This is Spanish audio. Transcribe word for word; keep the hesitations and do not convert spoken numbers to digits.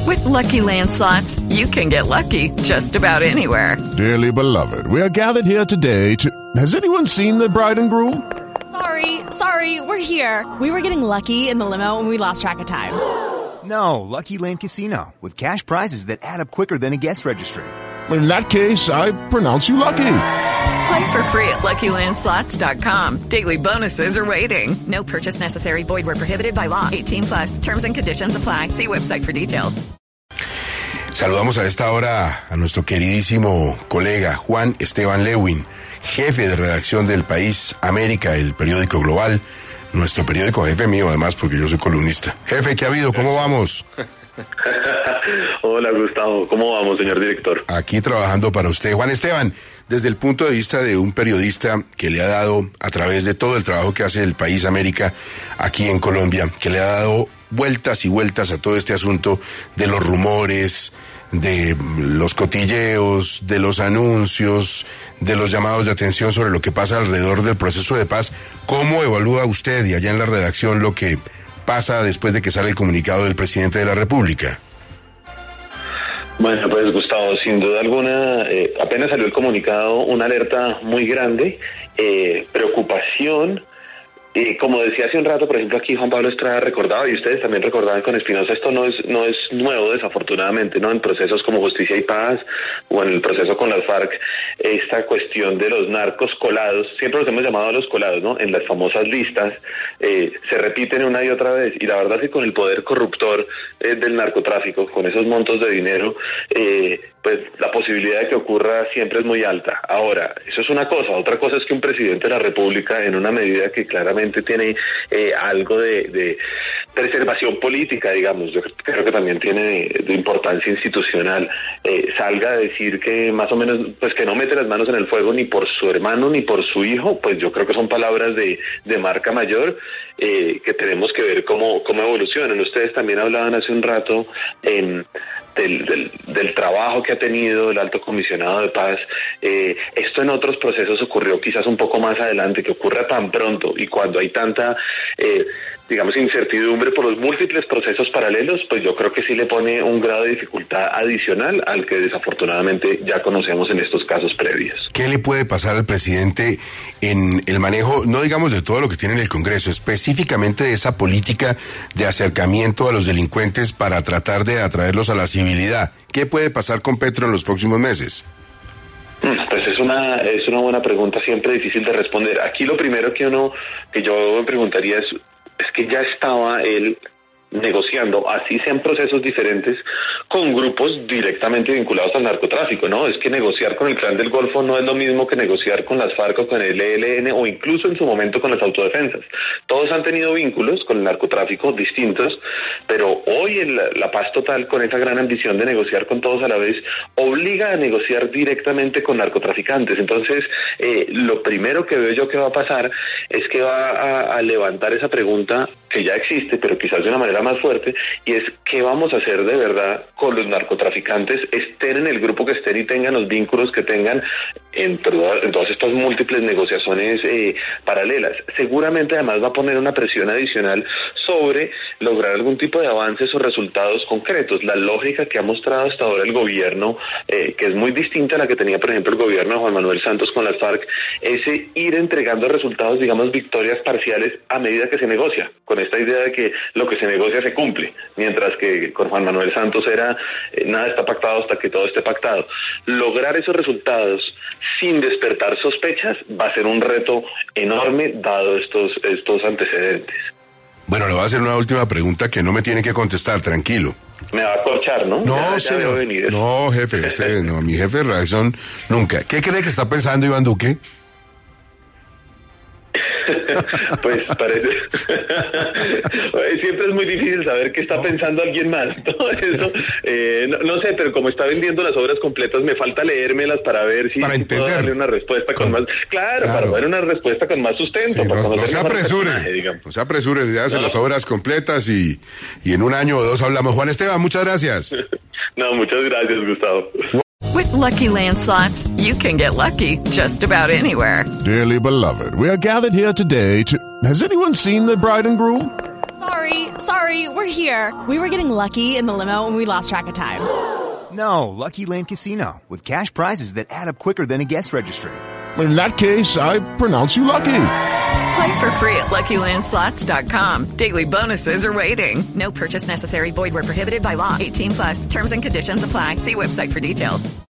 With Lucky Land Slots, you can get lucky just about anywhere. Dearly beloved, we are gathered here today to... Has anyone seen the bride and groom? Sorry, sorry, we're here. We were getting lucky in the limo and we lost track of time. No, Lucky Land Casino, with cash prizes that add up quicker than a guest registry. In that case, I pronounce you lucky. Play for free at Lucky Land Slots dot com. Daily bonuses are waiting. No purchase necessary. Void where prohibited by law. eighteen plus. Terms and conditions apply. See website for details. Saludamos a esta hora a nuestro queridísimo colega Juan Esteban Lewin, jefe de redacción del País América, el periódico global, nuestro periódico jefe mío además porque yo soy columnista. Jefe, ¿qué ha habido? ¿Cómo vamos? Hola Gustavo, ¿cómo vamos, señor director? Aquí trabajando para usted. Juan Esteban, desde el punto de vista de un periodista que le ha dado, a través de todo el trabajo que hace el País América aquí en Colombia, que le ha dado vueltas y vueltas a todo este asunto de los rumores, de los cotilleos, de los anuncios, de los llamados de atención sobre lo que pasa alrededor del proceso de paz, ¿cómo evalúa usted y allá en la redacción lo que pasa después de que sale el comunicado del presidente de la República? Bueno, pues Gustavo, sin duda alguna, eh, apenas salió el comunicado, una alerta muy grande, eh, preocupación. Eh, como decía hace un rato, por ejemplo, aquí Juan Pablo Estrada recordaba, y ustedes también recordaban con Espinosa, esto no es no es nuevo, desafortunadamente, ¿no? En procesos como Justicia y Paz, o en el proceso con las FARC, esta cuestión de los narcos colados, siempre los hemos llamado a los colados, ¿no? En las famosas listas, eh, se repiten una y otra vez, y la verdad es que con el poder corruptor eh, del narcotráfico, con esos montos de dinero, eh, pues la posibilidad de que ocurra siempre es muy alta. Ahora, eso es una cosa, otra cosa es que un presidente de la República, en una medida que claramente tiene eh, algo de, de preservación política, digamos, yo creo que también tiene de, de importancia institucional, eh, salga a decir que más o menos, pues que no mete las manos en el fuego ni por su hermano ni por su hijo, pues yo creo que son palabras de, de marca mayor, eh, que tenemos que ver cómo, cómo evolucionan. Ustedes también hablaban hace un rato eh, del, del, del trabajo que ha tenido el alto comisionado de paz. Eh, esto en otros procesos ocurrió quizás un poco más adelante, que ocurra tan pronto y cuando hay tanta, eh, digamos, incertidumbre por los múltiples procesos paralelos, pues yo creo que sí le pone un grado de dificultad adicional al que desafortunadamente ya conocemos en estos casos previos. ¿Qué le puede pasar al presidente en el manejo, no digamos de todo lo que tiene en el Congreso, específicamente de esa política de acercamiento a los delincuentes para tratar de atraerlos a la civilidad? ¿Qué puede pasar con Petro en los próximos meses? Pues es una es una buena pregunta, siempre difícil de responder. Aquí lo primero que uno que yo me preguntaría es es que ya estaba él negociando, así sean procesos diferentes, con grupos directamente vinculados al narcotráfico, ¿no? Es que negociar con el Clan del Golfo no es lo mismo que negociar con las FARC o con el E L N o incluso en su momento con las autodefensas. Todos han tenido vínculos con el narcotráfico distintos, pero hoy en la, la paz total, con esa gran ambición de negociar con todos a la vez, obliga a negociar directamente con narcotraficantes. Entonces, eh, lo primero que veo yo que va a pasar es que va a, a levantar esa pregunta que ya existe, pero quizás de una manera más fuerte, y es ¿qué vamos a hacer de verdad con los narcotraficantes, estén en el grupo que estén y tengan los vínculos que tengan en, en todas estas múltiples negociaciones eh, paralelas? Seguramente además va a poner una presión adicional sobre lograr algún tipo de avances o resultados concretos. La lógica que ha mostrado hasta ahora el gobierno, eh, que es muy distinta a la que tenía por ejemplo el gobierno de Juan Manuel Santos con las FARC, es ir entregando resultados, digamos victorias parciales a medida que se negocia, con esta idea de que lo que se negocia se cumple, mientras que con Juan Manuel Santos era eh, nada está pactado hasta que todo esté pactado. Lograr esos resultados sin despertar sospechas va a ser un reto enorme dado estos estos antecedentes. Bueno, le voy a hacer una última pregunta que no me tiene que contestar, tranquilo. Me va a corchar, ¿no? No, ya, ya señor. No, jefe, usted, no, mi jefe de redacción nunca. ¿Qué cree que está pensando Iván Duque? Pues parece siempre es muy difícil saber qué está pensando alguien más. Todo eso, eh, no, no sé, pero como está vendiendo las obras completas, me falta leérmelas para ver si, para si puedo darle una respuesta con, con más, claro, claro, para dar una respuesta con más sustento. Sí, para no, no se apresure, no se apresure, ya hacen no. las obras completas y, y en un año o dos hablamos. Juan Esteban, muchas gracias. No, muchas gracias, Gustavo. With Lucky Land Slots, you can get lucky just about anywhere. Dearly beloved, we are gathered here today to... Has anyone seen the bride and groom? Sorry, sorry. Sorry, we're here. We were getting lucky in the limo and we lost track of time. No, Lucky Land Casino, with cash prizes that add up quicker than a guest registry. In that case, I pronounce you lucky. Play for free at Lucky Land Slots dot com. Daily bonuses are waiting. No purchase necessary. Void where prohibited by law. eighteen plus. Terms and conditions apply. See website for details.